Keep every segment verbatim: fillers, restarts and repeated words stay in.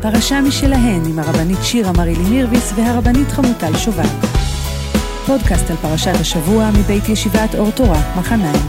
פרשה משלהן עם הרבנית שירה מרילי מירביס והרבנית חמוטל שובל. פודקאסט על פרשת השבוע מבית ישיבת אור תורה, מחניים.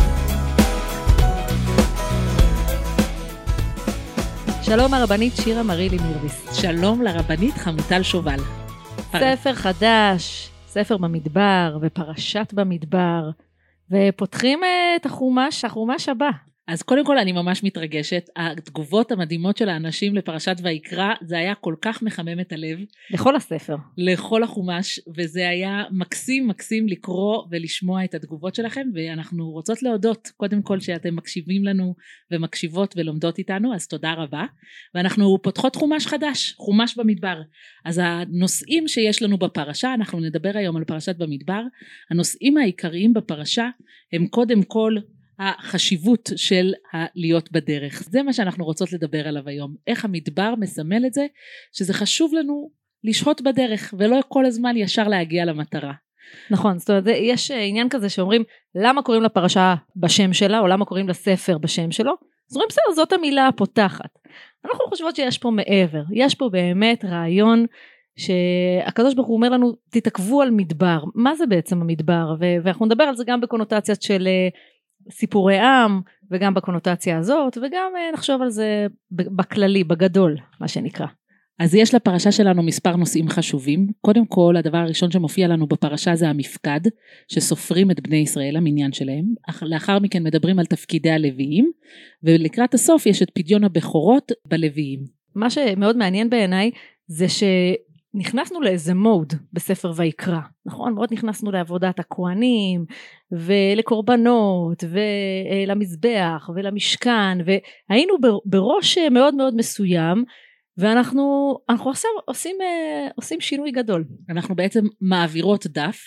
שלום הרבנית שירה מרילי מירביס. שלום לרבנית חמוטל שובל. ספר חדש, ספר במדבר ופרשת במדבר, ופותחים את החומש, החומש הבא. אז קודם כל אני ממש מתרגשת, התגובות המדהימות של האנשים לפרשת ויקרא, זה היה כל כך מחמם את הלב. לכל הספר. לכל החומש, וזה היה מקסים מקסים לקרוא ולשמוע את התגובות שלכם, ואנחנו רוצות להודות קודם כל שאתם מקשיבים לנו ומקשיבות ולומדות איתנו, אז תודה רבה. ואנחנו פותחות חומש חדש, חומש במדבר. אז הנושאים שיש לנו בפרשה, אנחנו נדבר היום על פרשת במדבר, הנושאים העיקריים בפרשה הם קודם כל החשיבות של להיות בדרך. זה מה שאנחנו רוצות לדבר עליו היום. איך המדבר מסמל את זה, שזה חשוב לנו לשהות בדרך, ולא כל הזמן ישר להגיע למטרה. נכון, זאת אומרת, יש עניין כזה שאומרים, למה קוראים לפרשה בשם שלה, או למה קוראים לספר בשם שלו? אז אומרים, בסדר, זאת המילה הפותחת. אנחנו חושבות שיש פה מעבר, יש פה באמת רעיון, שהקדוש ברוך הוא אומר לנו, תתעכבו על מדבר. מה זה בעצם המדבר? ואנחנו נדבר על זה גם בקונוטציות של סיפורי עם, וגם בקונוטציה הזאת, וגם נחשוב על זה בכללי, בגדול, מה שנקרא. אז יש לפרשה שלנו מספר נושאים חשובים. קודם כל, הדבר הראשון שמופיע לנו בפרשה זה המפקד, שסופרים את בני ישראל, המניין שלהם. לאחר מכן מדברים על תפקידי הלוויים, ולקראת הסוף יש את פדיון הבכורות בלוויים. מה שמאוד מעניין בעיניי, זה ש... נכנסנו לאיזה מוד בספר ויקרא, נכון? מאוד נכנסנו לעבודת הכהנים ולקורבנות ולמזבח ולמשכן, והיינו בראש מאוד מאוד מסוים, ואנחנו אנחנו עכשיו עושים, עושים שינוי גדול. אנחנו בעצם מעבירות דף,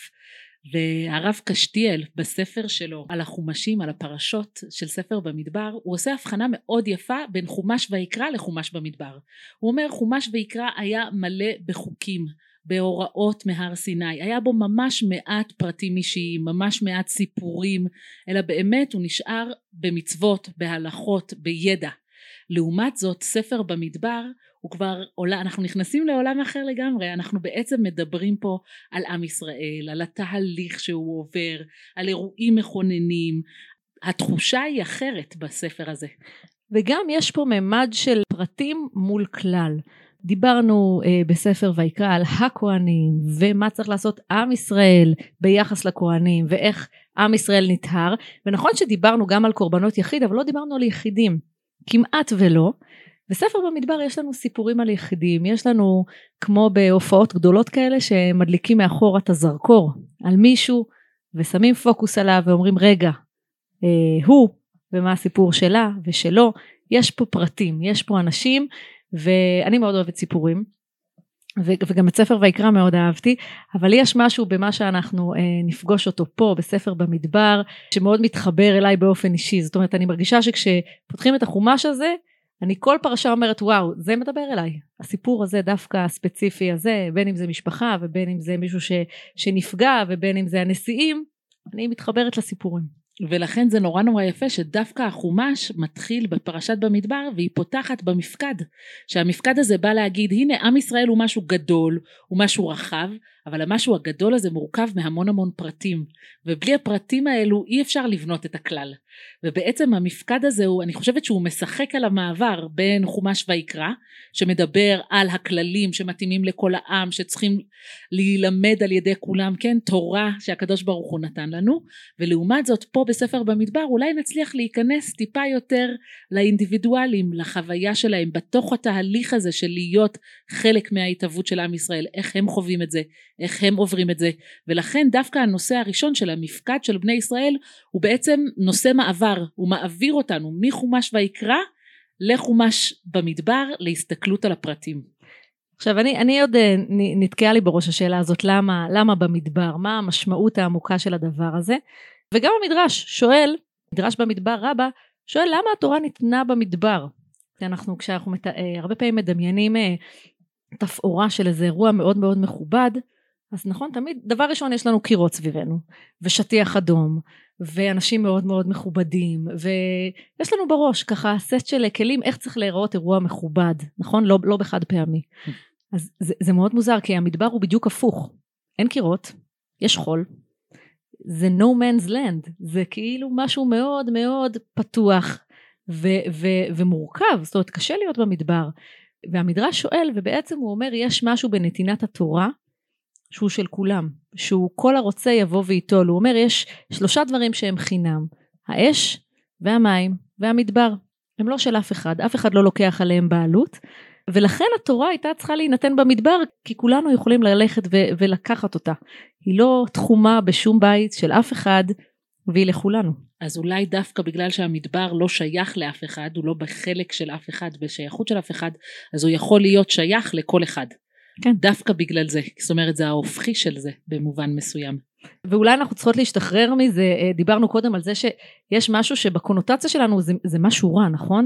והרב קשתיאל בספר שלו על החומשים, על הפרשות של ספר במדבר, הוא עושה הבחנה מאוד יפה בין חומש ויקרא לחומש במדבר. הוא אומר חומש ויקרא היה מלא בחוקים, בהוראות מהר סיני, היה בו ממש מעט פרטים אישיים, ממש מעט סיפורים, אלא באמת הוא נשאר במצוות, בהלכות, בידע. לעומת זאת ספר במדבר הוא כבר עולה, אנחנו נכנסים לעולם אחר לגמרי, אנחנו בעצם מדברים פה על עם ישראל, על התהליך שהוא עובר, על אירועים מכוננים, התחושה היא אחרת בספר הזה. וגם יש פה ממד של פרטים מול כלל. דיברנו אה, בספר ויקרא על הכהנים, ומה צריך לעשות עם ישראל ביחס לכהנים, ואיך עם ישראל נטהר, ונכון שדיברנו גם על קורבנות יחיד, אבל לא דיברנו על יחידים, כמעט ולא. בספר במדבר יש לנו סיפורים על יחידים, יש לנו כמו בהופעות גדולות כאלה שמדליקים מאחור את הזרקור על מישהו ושמים פוקוס עליו ואומרים רגע, אה, הוא ומה הסיפור שלה ושלו, יש פה פרטים, יש פה אנשים, ואני מאוד אוהבת סיפורים, וגם את ספר ויקרא מאוד אהבתי, אבל יש משהו במה שאנחנו אה, נפגוש אותו פה בספר במדבר, שמאוד מתחבר אליי באופן אישי, זאת אומרת אני מרגישה שכשפותחים את החומש הזה, אני כל פרשה אומרת וואו זה מדבר אליי, הסיפור הזה דווקא הספציפי הזה, בין אם זה משפחה ובין אם זה מישהו ש, שנפגע ובין אם זה הנשיאים, אני מתחברת לסיפורים. ולכן זה נורא נורא יפה שדווקא החומש מתחיל בפרשת במדבר והיא פותחת במפקד, שהמפקד הזה בא להגיד הנה עם ישראל הוא משהו גדול, הוא משהו רחב, אבל המשהו הגדול הזה מורכב מהמון המון פרטים, ובלי הפרטים האלו אי אפשר לבנות את הכלל. ובעצם המפקד הזה הוא, אני חושבת שהוא משחק על המעבר בין חומש ויקרא, שמדבר על הכללים שמתאימים לכל העם, שצריכים להילמד על ידי כולם, כן, תורה שהקדוש ברוך הוא נתן לנו, ולעומת זאת פה בספר במדבר אולי נצליח להיכנס טיפה יותר לאינדיבידואלים, לחוויה שלהם, בתוך התהליך הזה של להיות חלק מההתהוות של עם ישראל, איך הם חווים את זה, איך הם עוברים את זה, ולכן דווקא הנושא הראשון של המפקד של בני ישראל הוא בעצם נושא מעבר, הוא מעביר אותנו מחומש ויקרא לחומש במדבר להסתכלות על הפרטים. עכשיו אני, אני עוד נתקעה לי בראש השאלה הזאת, למה, למה במדבר, מה המשמעות העמוקה של הדבר הזה, וגם המדרש שואל, מדרש במדבר רבה, שואל למה התורה ניתנה במדבר, אנחנו כשאנחנו מת, הרבה פעמים מדמיינים תפאורה של איזה אירוע מאוד מאוד מכובד, אז נכון, תמיד, דבר ראשון יש לנו קירות סביבנו, ושטיח אדום, ואנשים מאוד מאוד מכובדים, ויש לנו בראש ככה סט של כלים איך צריך להיראות אירוע מכובד, נכון? לא, לא בחד פעמי. אז זה, זה מאוד מוזר, כי המדבר הוא בדיוק הפוך. אין קירות, יש חול, זה no man's land, זה כאילו משהו מאוד מאוד פתוח ו, ו, ומורכב, זאת אומרת קשה להיות במדבר. והמדרש שואל, ובעצם הוא אומר, יש משהו בנתינת התורה, שהוא של כולם, שהוא כל הרוצה יבוא ויטול, הוא אומר, יש שלושה דברים שהם חינם, האש והמים והמדבר, הם לא של אף אחד, אף אחד לא לוקח עליהם בעלות, ולכן התורה הייתה צריכה להינתן במדבר, כי כולנו יכולים ללכת ו- ולקחת אותה, היא לא תחומה בשום בית של אף אחד, והיא לכולנו. אז אולי דווקא בגלל שהמדבר לא שייך לאף אחד, הוא לא בחלק של אף אחד, בשייכות של אף אחד, אז הוא יכול להיות שייך לכל אחד. כן. דווקא בגלל זה, זאת אומרת זה ההופכי של זה במובן מסוים. ואולי אנחנו צריכות להשתחרר מזה, דיברנו קודם על זה שיש משהו שבקונוטציה שלנו זה, זה משהו רע, נכון?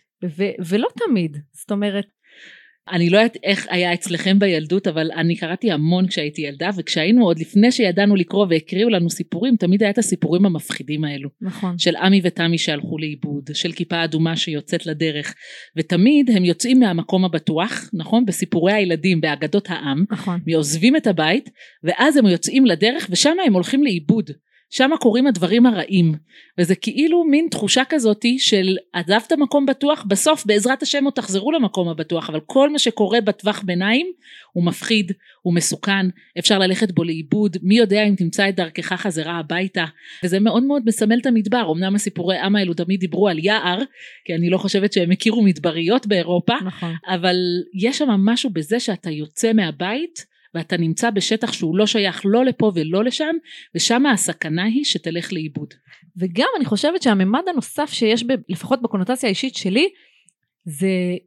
ו- ולא תמיד, זאת אומרת, אני לא יודעת איך היה אצלכם בילדות, אבל אני קראתי המון כשהייתי ילדה, וכשהיינו עוד לפני שידענו לקרוא והקריאו לנו סיפורים, תמיד היה את הסיפורים המפחידים האלו. נכון. של עמי ותמי שהלכו לאיבוד, של כיפה אדומה שיוצאת לדרך, ותמיד הם יוצאים מהמקום הבטוח, נכון? בסיפורי הילדים, באגדות העם, נכון. מעוזבים את הבית, ואז הם יוצאים לדרך, ושם הם הולכים לאיבוד. שם קוראים הדברים הרעים, וזה כאילו מין תחושה כזאת של עזבת מקום בטוח, בסוף בעזרת השם עוד תחזרו למקום הבטוח, אבל כל מה שקורה בטווח ביניים הוא מפחיד, הוא מסוכן, אפשר ללכת בו לאיבוד, מי יודע אם תמצא את דרכך חזרה הביתה, וזה מאוד מאוד מסמל את המדבר. אמנם הסיפורי עם האלו תמיד דיברו על יער, כי אני לא חושבת שהם הכירו מדבריות באירופה, נכון. אבל יש שם משהו בזה שאתה יוצא מהבית, ואתה נמצא בשטח שהוא לא שייך לא לפה ולא לשם, ושם הסכנה היא שתלך לאיבוד. וגם אני חושבת שהממד הנוסף שיש ב, לפחות בקונוטציה האישית שלי, זה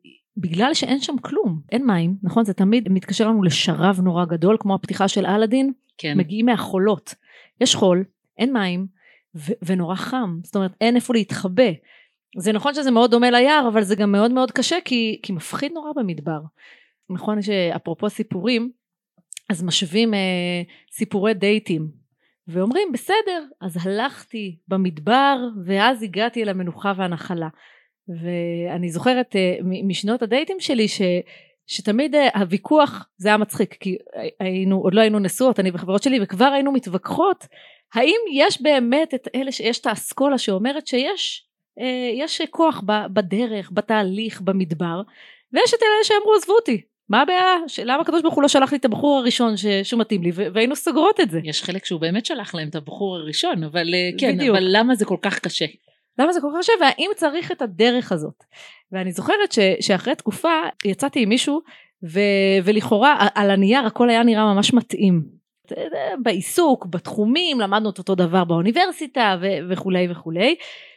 בגלל שאין שם כלום, אין מים, נכון? זה תמיד מתקשר לנו לשרב נורא גדול, כמו הפתיחה של אלאדין, כן. מגיעים מהחולות, יש חול, אין מים, ו- ונורא חם, זאת אומרת אין איפה להתחבא, זה נכון שזה מאוד דומה ליער, אבל זה גם מאוד מאוד קשה, כי, כי מפחיד נורא במדבר, נכון שאפרופו סיפורים, אז משווים אה, סיפורי דייטים, ואומרים בסדר, אז הלכתי במדבר, ואז הגעתי אל המנוחה והנחלה, ואני זוכרת אה, משנות הדייטים שלי, ש, שתמיד אה, הוויכוח זה היה מצחיק, כי היינו, עוד לא היינו נשואות, אני וחברות שלי, וכבר היינו מתווכחות, האם יש באמת את אלה שיש את האסכולה שאומרת שיש אה, יש כוח בדרך, בתהליך, במדבר, ויש את אלה שאמרו עזבו אותי, מה הבעיה? למה הקדוש ברוך הוא לא שלח לי את הבחור הראשון שמתאים לי, והיינו סוגרות את זה. יש חלק שהוא באמת שלח להם את הבחור הראשון, אבל כן, בדיוק. אבל למה זה כל כך קשה? למה זה כל כך קשה, והאם צריך את הדרך הזאת? ואני זוכרת ש, שאחרי תקופה יצאתי עם מישהו, ו, ולכאורה על הנייר הכל היה נראה ממש מתאים. בעיסוק, בתחומים, למדנו את אותו דבר באוניברסיטה ו, וכולי וכולי,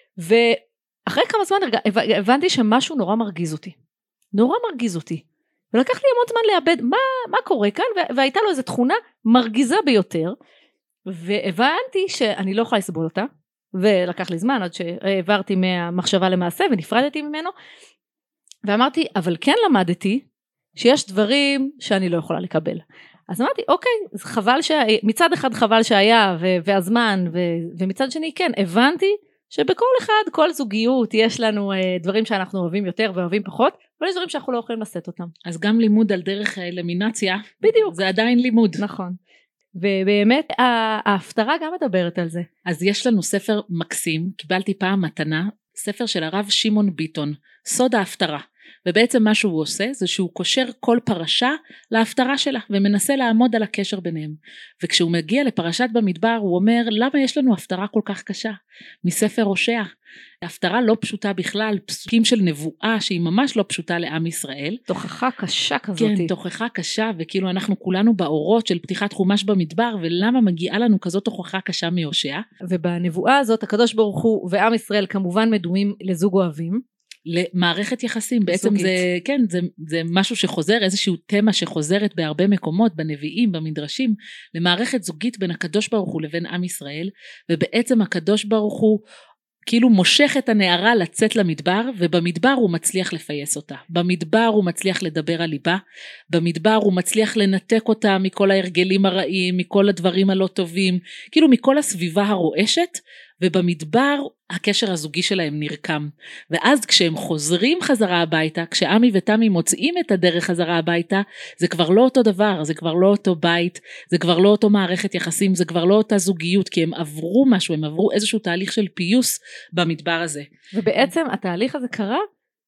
ואחרי כמה זמן הבנתי שמשהו נורא מרגיז אותי. נורא מרגיז אותי. ולקח לי המון זמן לאבד מה, מה קורה כאן, והייתה לו איזו תכונה מרגיזה ביותר, והבנתי שאני לא יכולה לסבול אותה, ולקח לי זמן עד שהעברתי מהמחשבה למעשה ונפרדתי ממנו, ואמרתי אבל כן למדתי שיש דברים שאני לא יכולה לקבל. אז אמרתי אוקיי, אז חבל ש... מצד אחד חבל שהיה והזמן, ומצד שני כן הבנתי שבכל אחד, כל זוגיות יש לנו דברים שאנחנו אוהבים יותר ואוהבים פחות, אבל יש דברים שאנחנו לא יכולים לשאת אותם. אז גם לימוד על דרך האלמינציה, בדיוק. זה עדיין לימוד. נכון. ובאמת ההפטרה גם מדברת על זה. אז יש לנו ספר מקסים, קיבלתי פעם מתנה, ספר של הרב שמעון ביטון, סוד ההפטרה. ובעצם מה שהוא עושה זה שהוא קושר כל פרשה להפטרה שלה ומנסה לעמוד על הקשר ביניהם. וכשהוא מגיע לפרשת במדבר הוא אומר למה יש לנו הפטרה כל כך קשה? מספר הושע. הפטרה לא פשוטה בכלל, פסוקים של נבואה שהיא ממש לא פשוטה לעם ישראל. תוכחה קשה כזאת. כן, תוכחה קשה, וכאילו אנחנו כולנו באורות של פתיחת חומש במדבר, ולמה מגיעה לנו כזאת תוכחה קשה מהושע? ובנבואה הזאת הקדוש ברוך הוא ועם ישראל כמובן מדומים לזוג אוהבים. למערכת יחסים, בעצם זה, כן, זה, זה משהו שחוזר, איזשהו תמה שחוזרת בהרבה מקומות, בנביאים, במדרשים, למערכת זוגית בין הקדוש ברוך הוא לבין עם ישראל, ובעצם הקדוש ברוך הוא כאילו מושך את הנערה לצאת למדבר, ובמדבר הוא מצליח לפייס אותה, במדבר הוא מצליח לדבר על ליבה, במדבר הוא מצליח לנתק אותה מכל ההרגלים הרעים, מכל הדברים הלא טובים, כאילו מכל הסביבה הרועשת, ובמדבר הקשר הזוגי שלהם נרקם. ואז כשהם חוזרים חזרה הביתה, כשעמי ותמי מוצאים את הדרך חזרה הביתה, זה כבר לא אותו דבר, זה כבר לא אותו בית, זה כבר לא אותו מערכת יחסים, זה כבר לא אותה זוגיות, כי הם עברו משהו, הם עברו איזשהו תהליך של פיוס במדבר הזה. ובעצם התהליך הזה קרה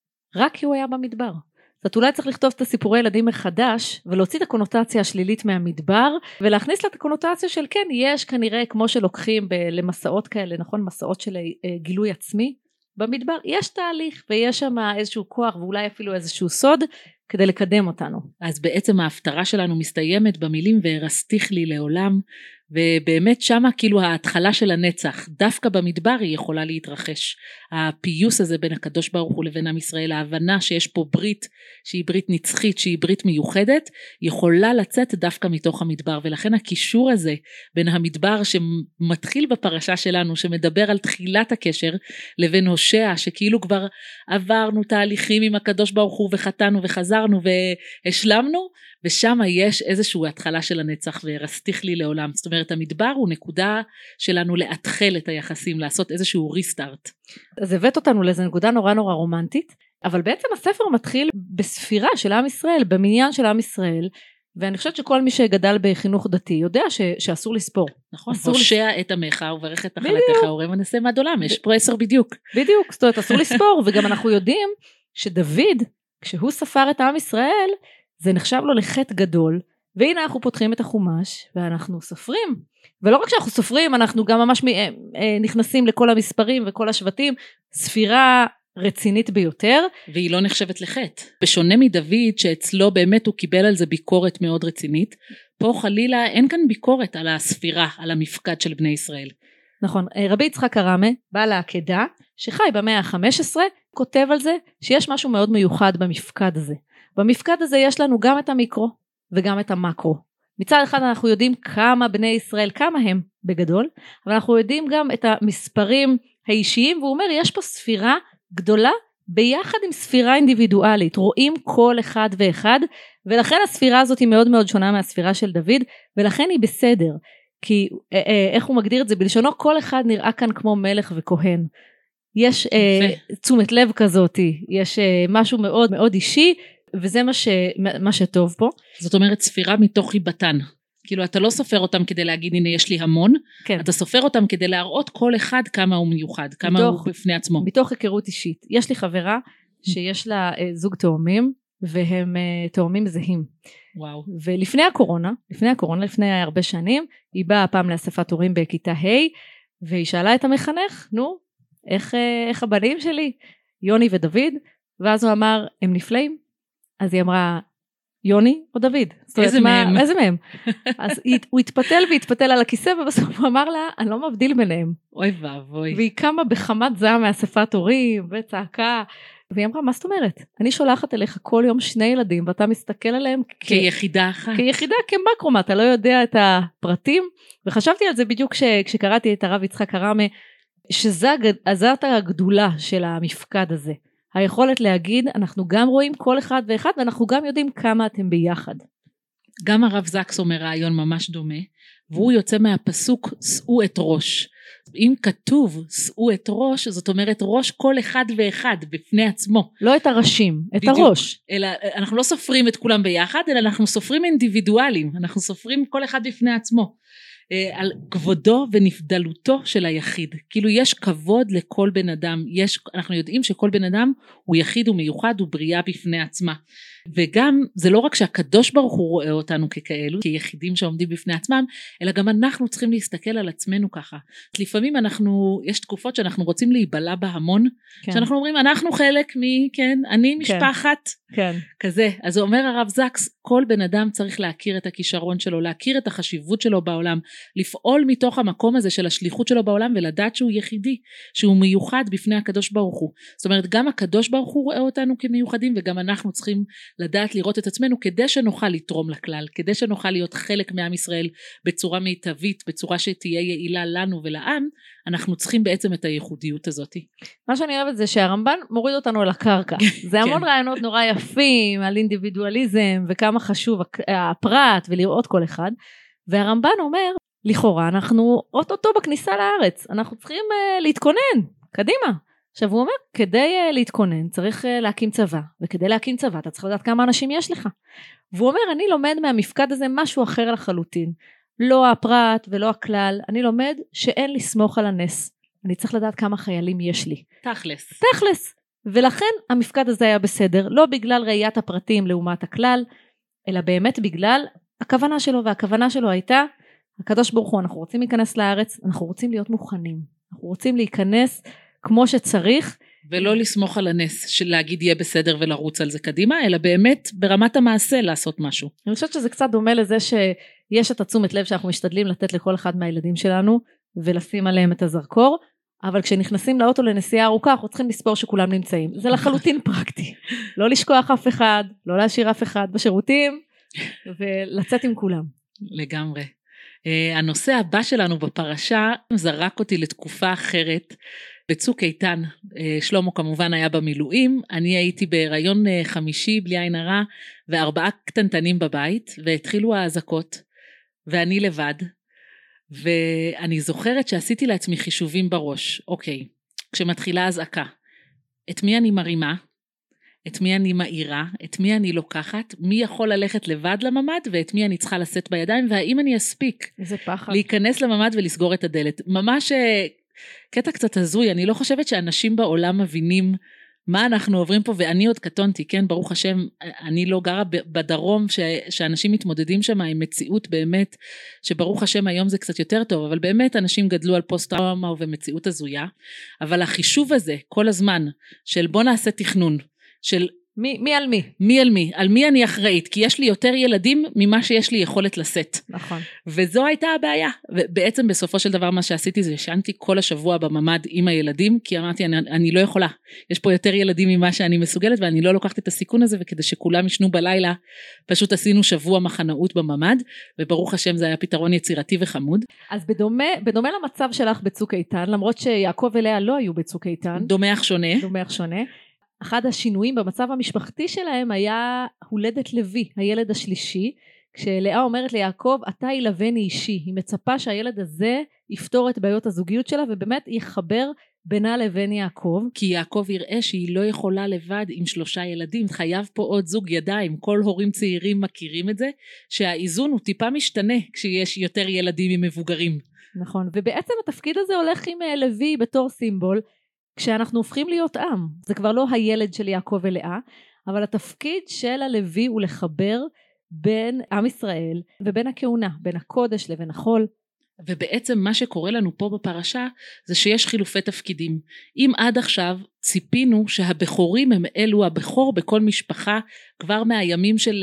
רק כי הוא היה במדבר. זאת אולי צריך לכתוב את הסיפורי ילדים מחדש, ולהוציא את הקונוטציה השלילית מהמדבר, ולהכניס לה את הקונוטציה של כן, יש כנראה כמו שלוקחים ב- למסעות כאלה, נכון? מסעות של גילוי עצמי במדבר, יש תהליך ויש שם איזשהו כוח, ואולי אפילו איזשהו סוד, כדי לקדם אותנו. אז בעצם ההפטרה שלנו מסתיימת במילים והרסתיך לי לעולם, ובאמת שמה כאילו ההתחלה של הנצח, דווקא במדבר היא יכולה להתרחש. הפיוס הזה בין הקדוש ברוך הוא לבין עם ישראל, ההבנה שיש פה ברית שהיא ברית נצחית, שהיא ברית מיוחדת, יכולה לצאת דווקא מתוך המדבר, ולכן הקישור הזה בין המדבר שמתחיל בפרשה שלנו, שמדבר על תחילת הקשר, לבין הושע שכאילו כבר עברנו תהליכים עם הקדוש ברוך הוא וחטאנו וחזרנו והשלמנו, ושם יש איזושהי התחלה של הנצח והרסתיך לי לעולם. זאת אומרת המדבר הוא נקודה שלנו להתחל את היחסים, לעשות איזשהו ריסטארט. אז הבאת אותנו לאיזו נקודה נורא נורא רומנטית, אבל בעצם הספר מתחיל בספירה של עם ישראל, במניין של עם ישראל, ואני חושבת שכל מי שגדל בחינוך דתי יודע ש, שאסור לספור. נכון, הושע לס... את עמך וברך את נחלתך הורה מנסה מעד עולם, יש פה עשר בדיוק. בדיוק, זאת אומרת אסור לספור, וגם אנחנו יודעים שדוד, כשהוא ספר את עם ישראל, זה נחשב לו לחטא גדול, והנה אנחנו פותחים את החומש, ואנחנו סופרים, ולא רק שאנחנו סופרים, אנחנו גם ממש נכנסים לכל המספרים וכל השבטים, ספירה רצינית ביותר. והיא לא נחשבת לחטא. בשונה מדוד, שאצלו באמת הוא קיבל על זה ביקורת מאוד רצינית, פה חלילה אין כאן ביקורת על הספירה, על המפקד של בני ישראל. נכון, רבי יצחק הרמה, בעל העקדה, שחי במאה ה-חמש עשרה, כותב על זה שיש משהו מאוד מיוחד במפקד הזה. במפקד הזה יש לנו גם את המיקרו וגם את המקרו. מצד אחד אנחנו יודעים כמה בני ישראל, כמה הם בגדול, אבל אנחנו יודעים גם את המספרים האישיים, והוא אומר יש פה ספירה גדולה ביחד עם ספירה אינדיבידואלית, רואים כל אחד ואחד, ולכן הספירה הזאת היא מאוד מאוד שונה מהספירה של דוד, ולכן היא בסדר, כי איך הוא מגדיר את זה בלשונו, כל אחד נראה כאן כמו מלך וכהן. יש אה, תשומת לב כזאת, יש אה, משהו מאוד מאוד אישי, וזה מה, ש, מה שטוב פה. זאת אומרת ספירה מתוך חיבתן. כאילו אתה לא סופר אותם כדי להגיד הנה יש לי המון, כן. אתה סופר אותם כדי להראות כל אחד כמה הוא מיוחד, כמה מתוך, הוא בפני עצמו. מתוך היכרות אישית. יש לי חברה שיש לה אה, זוג תאומים, והם אה, תאומים זהים. וואו. ולפני הקורונה, לפני הקורונה, לפני הרבה שנים, היא באה פעם לאספת הורים בכיתה ה', והיא שאלה את המחנך, נו, איך, איך הבנים שלי, יוני ודוד, ואז הוא אמר, הם נפלאים? אז היא אמרה, יוני או דוד? איזה מהם? איזה מהם? אז הוא התפתל והתפתל על הכיסא, ובסוף הוא אמר לה, אני לא מבדיל ביניהם. אוי ואבוי. והיא קמה בחמת זעם מאספת הורים, וצעקה, והיא אמרה, מה זאת אומרת? אני שולחת אליך כל יום שני ילדים, ואתה מסתכל עליהם כיחידה אחת. כיחידה, כמקרו, אתה לא יודע את הפרטים, וחשבתי על זה בדיוק כשקראתי את הרב יצחק הרמה, שזאת הגדולה של המפקד הזה. היכולת להגיד, אנחנו גם רואים כל אחד ואחד, ואנחנו גם יודעים כמה אתם ביחד. גם הרב זקס אומר רעיון ממש דומה, והוא יוצא מהפסוק, שאו את ראש. אם כתוב, שאו את ראש, זאת אומרת ראש כל אחד ואחד בפני עצמו. לא את הראשים, את בדיוק, הראש. אלא אנחנו לא סופרים את כולם ביחד, אלא אנחנו סופרים אינדיבידואלים, אנחנו סופרים כל אחד בפני עצמו. על כבודו ונבדלותו של היחיד, כאילו יש כבוד לכל בן אדם, יש, אנחנו יודעים שכל בן אדם הוא יחיד ומיוחד, הוא בריאה בפני עצמה, וגם זה לא רק שהקדוש ברוך הוא רואה אותנו ככאלו, כיחידים שעומדים בפני עצמם, אלא גם אנחנו צריכים להסתכל על עצמנו ככה. לפעמים אנחנו, יש תקופות שאנחנו רוצים להיבלה בהמון, כן. שאנחנו אומרים אנחנו חלק מ, כן, אני משפחת, כן. כזה, אז אומר הרב זקס, כל בן אדם צריך להכיר את הכישרון שלו, להכיר את החשיבות שלו בעולם, לפעול מתוך המקום הזה של השליחות שלו בעולם, ולדעת שהוא יחידי, שהוא מיוחד בפני הקדוש ברוך הוא. זאת אומרת, גם הקדוש ברוך הוא רואה אותנו כמיוחדים, וגם אנחנו צריכים לדעת לראות את עצמנו, כדי שנוכל לתרום לכלל, כדי שנוכל להיות חלק מעם ישראל, בצורה מיטבית, בצורה שתהיה יעילה לנו ולעם, אנחנו צריכים בעצם את הייחודיות הזאת. מה שאני אוהבת זה שהרמב"ן מוריד אותנו לקרקע. זה המון רעיונות נורא יפים, על אינדיבידואליזם, וכמה חשוב הפרט, ולראות כל אחד. והרמב"ן אומר, לכאורה אנחנו אוטוטו בכניסה לארץ, אנחנו צריכים uh, להתכונן, קדימה. עכשיו הוא אומר, כדי uh, להתכונן צריך uh, להקים צבא, וכדי להקים צבא אתה צריך לדעת כמה אנשים יש לך. והוא אומר, אני לומד מהמפקד הזה משהו אחר לחלוטין, לא הפרט ולא הכלל, אני לומד שאין לסמוך על הנס, אני צריך לדעת כמה חיילים יש לי. תכלס. תכלס. ולכן המפקד הזה היה בסדר, לא בגלל ראיית הפרטים לעומת הכלל, אלא באמת בגלל הכוונה שלו, והכוונה שלו הייתה, הקדוש ברוך הוא, אנחנו רוצים להיכנס לארץ, אנחנו רוצים להיות מוכנים, אנחנו רוצים להיכנס כמו שצריך. ולא לסמוך על הנס של להגיד יהיה בסדר ולרוץ על זה קדימה, אלא באמת ברמת המעשה לעשות משהו. אני חושבת שזה קצת דומה לזה שיש את התשומת לב שאנחנו משתדלים לתת לכל אחד מהילדים שלנו, ולשים עליהם את הזרקור, אבל כשנכנסים לאוטו לנסיעה ארוכה, אנחנו צריכים לספור שכולם נמצאים. זה לחלוטין פרקטי. לא לשכוח אף אחד, לא להשאיר אף אחד בשירותים, ולצאת עם כולם. לגמרי. Uh, הנושא הבא שלנו בפרשה זרק אותי לתקופה אחרת, בצוק איתן. uh, שלמה כמובן היה במילואים, אני הייתי בהיריון uh, חמישי בלי עין הרע, וארבעה קטנטנים בבית, והתחילו האזעקות, ואני לבד, ואני זוכרת שעשיתי לעצמי חישובים בראש. אוקיי, כשמתחילה אזעקה, את מי אני מרימה? את מי אני מאירה, את מי אני לוקחת, מי יכול ללכת לבד לממד, ואת מי אני צריכה לשאת בידיים, והאם אני אספיק להיכנס לממד ולסגור את הדלת. ממש קטע קצת הזוי, אני לא חושבת שאנשים בעולם מבינים מה אנחנו עוברים פה, ואני עוד קטונתי, כן, ברוך השם, אני לא גרה בדרום, ש, שאנשים מתמודדים שם עם מציאות באמת, שברוך השם היום זה קצת יותר טוב, אבל באמת אנשים גדלו על פוסט-טראומה ומציאות הזויה, אבל החישוב הזה, כל הזמן, של בוא נעשה תכנון, של מי, מי על מי? מי על מי? על מי אני אחראית? כי יש לי יותר ילדים ממה שיש לי יכולת לשאת. נכון. וזו הייתה הבעיה. ובעצם בסופו של דבר מה שעשיתי זה ישנתי כל השבוע בממד עם הילדים, כי אמרתי אני, אני לא יכולה. יש פה יותר ילדים ממה שאני מסוגלת, ואני לא לוקחת את הסיכון הזה, וכדי שכולם ישנו בלילה, פשוט עשינו שבוע מחנאות בממד, וברוך השם זה היה פתרון יצירתי וחמוד. אז בדומה, בדומה למצב שלך בצוק איתן, למרות שיעקב ולאה לא היו בצוק איתן. דומה אך שונה. דומה אך שונה. אחד השינויים במצב המשפחתי שלהם היה הולדת לוי, הילד השלישי, כשלאה אומרת ליעקב, אתה ילווני אישי, היא מצפה שהילד הזה יפתור את בעיות הזוגיות שלה, ובאמת יחבר בינה לבין יעקב. כי יעקב יראה שהיא לא יכולה לבד עם שלושה ילדים, חייב פה עוד זוג ידיים, כל הורים צעירים מכירים את זה, שהאיזון הוא טיפה משתנה כשיש יותר ילדים ממבוגרים. נכון, ובעצם התפקיד הזה הולך עם לוי בתור סימבול, כשאנחנו הופכים להיות עם, זה כבר לא הילד של יעקב ולאה, אבל התפקיד של הלוי הוא לחבר בין עם ישראל ובין הכהונה, בין הקודש לבין החול. ובעצם מה שקורה לנו פה בפרשה זה שיש חילופי תפקידים. אם עד עכשיו ציפינו שהבכורים הם אלו, הבכור בכל משפחה כבר מהימים של...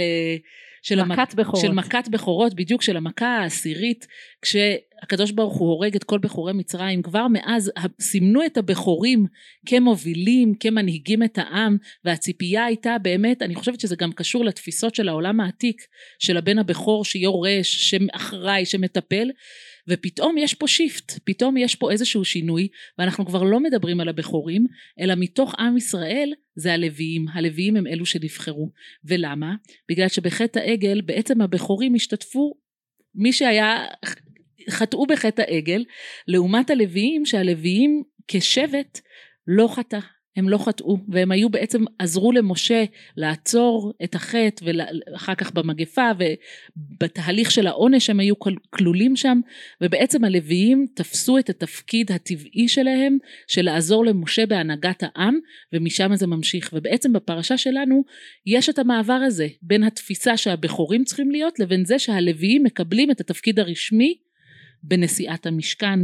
של מכת המק... בכורות. של מכת בכורות, בדיוק של המכה העשירית, כשהקדוש ברוך הוא הורג את כל בכורי מצרים, כבר מאז סימנו את הבכורים כמובילים, כמנהיגים את העם, והציפייה הייתה באמת, אני חושבת שזה גם קשור לתפיסות של העולם העתיק, של הבן הבכור שיורש, שאחראי, שמטפל, ופתאום יש פה שיפט, פתאום יש פה איזשהו שינוי, ואנחנו כבר לא מדברים על הבכורים, אלא מתוך עם ישראל זה הלוויים, הלוויים הם אלו שנבחרו. ולמה? בגלל שבחטא העגל בעצם הבכורים השתתפו, מי שהיה, חטאו בחטא העגל, לעומת הלוויים, שהלוויים כשבט לא חטא. הם לא חטאו, והם היו בעצם עזרו למשה לעצור את החטא, ואחר כך במגפה, ובתהליך של העונש הם היו כלולים שם, ובעצם הלוויים תפסו את התפקיד הטבעי שלהם, של לעזור למשה בהנהגת העם, ומשם זה ממשיך. ובעצם בפרשה שלנו, יש את המעבר הזה, בין התפיסה שהבכורים צריכים להיות, לבין זה שהלוויים מקבלים את התפקיד הרשמי, בנשיאת המשכן,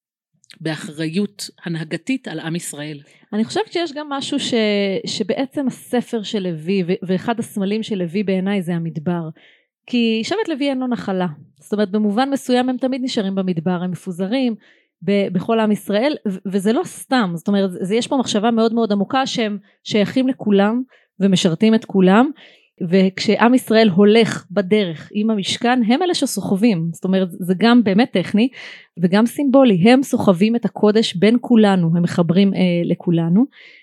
באחריות הנהגתית על עם ישראל. אני חושבת שיש גם משהו ש, שבעצם הספר של לוי, ואחד הסמלים של לוי בעיניי זה המדבר, כי שבט לוי אין לו נחלה, זאת אומרת במובן מסוים הם תמיד נשארים במדבר, הם מפוזרים ב, בכל עם ישראל, וזה לא סתם, זאת אומרת זה, יש פה מחשבה מאוד מאוד עמוקה שהם שייכים לכולם ומשרתים את כולם, וכשעם ישראל הולך בדרך עם המשכן הם אלה שסוחבים, זאת אומרת זה גם באמת טכני וגם סימבולי, הם סוחבים את הקודש בין כולנו, הם מחברים אה, לכולנו,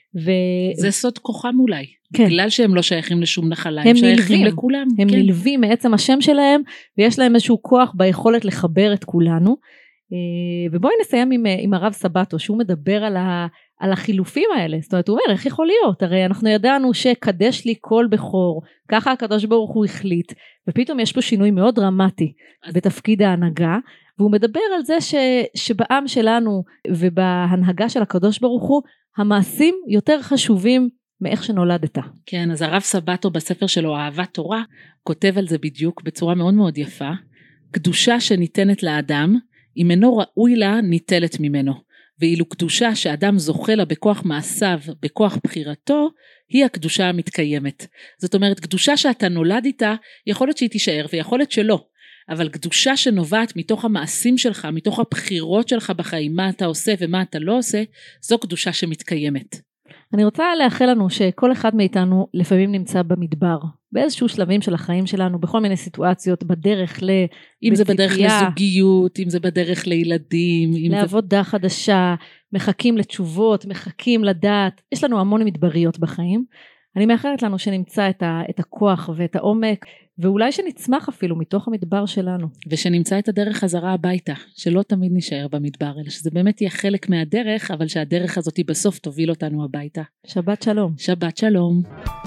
ו... זה סוד כוחם אולי, כן. בגלל שהם לא שייכים לשום נחלה, הם, הם שייכים נלווים. לכולם. הם כן. נלווים מעצם השם שלהם, ויש להם איזשהו כוח ביכולת לחבר את כולנו. ובואי נסיים עם, עם הרב סבתו, שהוא מדבר על, ה, על החילופים האלה. זאת אומרת, הוא אומר, איך יכול להיות? הרי אנחנו ידענו שקדש לי כל בכור, ככה הקדוש ברוך הוא החליט, ופתאום יש פה שינוי מאוד דרמטי בתפקיד ההנהגה, והוא מדבר על זה ש, שבעם שלנו ובהנהגה של הקדוש ברוך הוא, המעשים יותר חשובים מאיך שנולדת. כן, אז הרב סבתו בספר שלו, אהבת תורה, כותב על זה בדיוק בצורה מאוד מאוד יפה, קדושה שניתנת לאדם, אם אינו ראוי לה ניטלת ממנו, ואילו קדושה שאדם זוכה לה בכוח מעשיו, בכוח בחירתו, היא הקדושה המתקיימת. זאת אומרת, קדושה שאתה נולד איתה, יכול להיות שהיא תישאר ויכול להיות שלא, אבל קדושה שנובעת מתוך המעשים שלך, מתוך הבחירות שלך בחיים, מה אתה עושה ומה אתה לא עושה, זו קדושה שמתקיימת. אני רוצה לאחל לנו שכל אחד מאיתנו לפעמים נמצא במדבר, באיזשהו שלבים של החיים שלנו, בכל מיני סיטואציות, בדרך ל... אם זה בדרך לזוגיות, אם זה בדרך לילדים, לעבודה זה... חדשה, מחכים לתשובות, מחכים לדעת, יש לנו המון מדבריות בחיים, אני מאחלת לנו שנמצא את, ה... את הכוח ואת העומק, ואולי שנצמח אפילו מתוך המדבר שלנו. ושנמצא את הדרך חזרה הביתה, שלא תמיד נשאר במדבר, אלא שזה באמת יהיה חלק מהדרך, אבל שהדרך הזאת היא בסוף תוביל אותנו הביתה. שבת שלום. שבת שלום.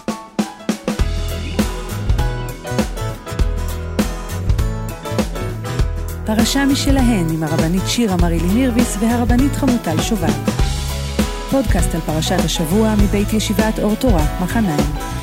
פרשה משלהן עם הרבנית שירה מרילי מירביס והרבנית חמוטל שובל. פודקאסט על פרשת השבוע מבית ישיבת אור תורה מחניים.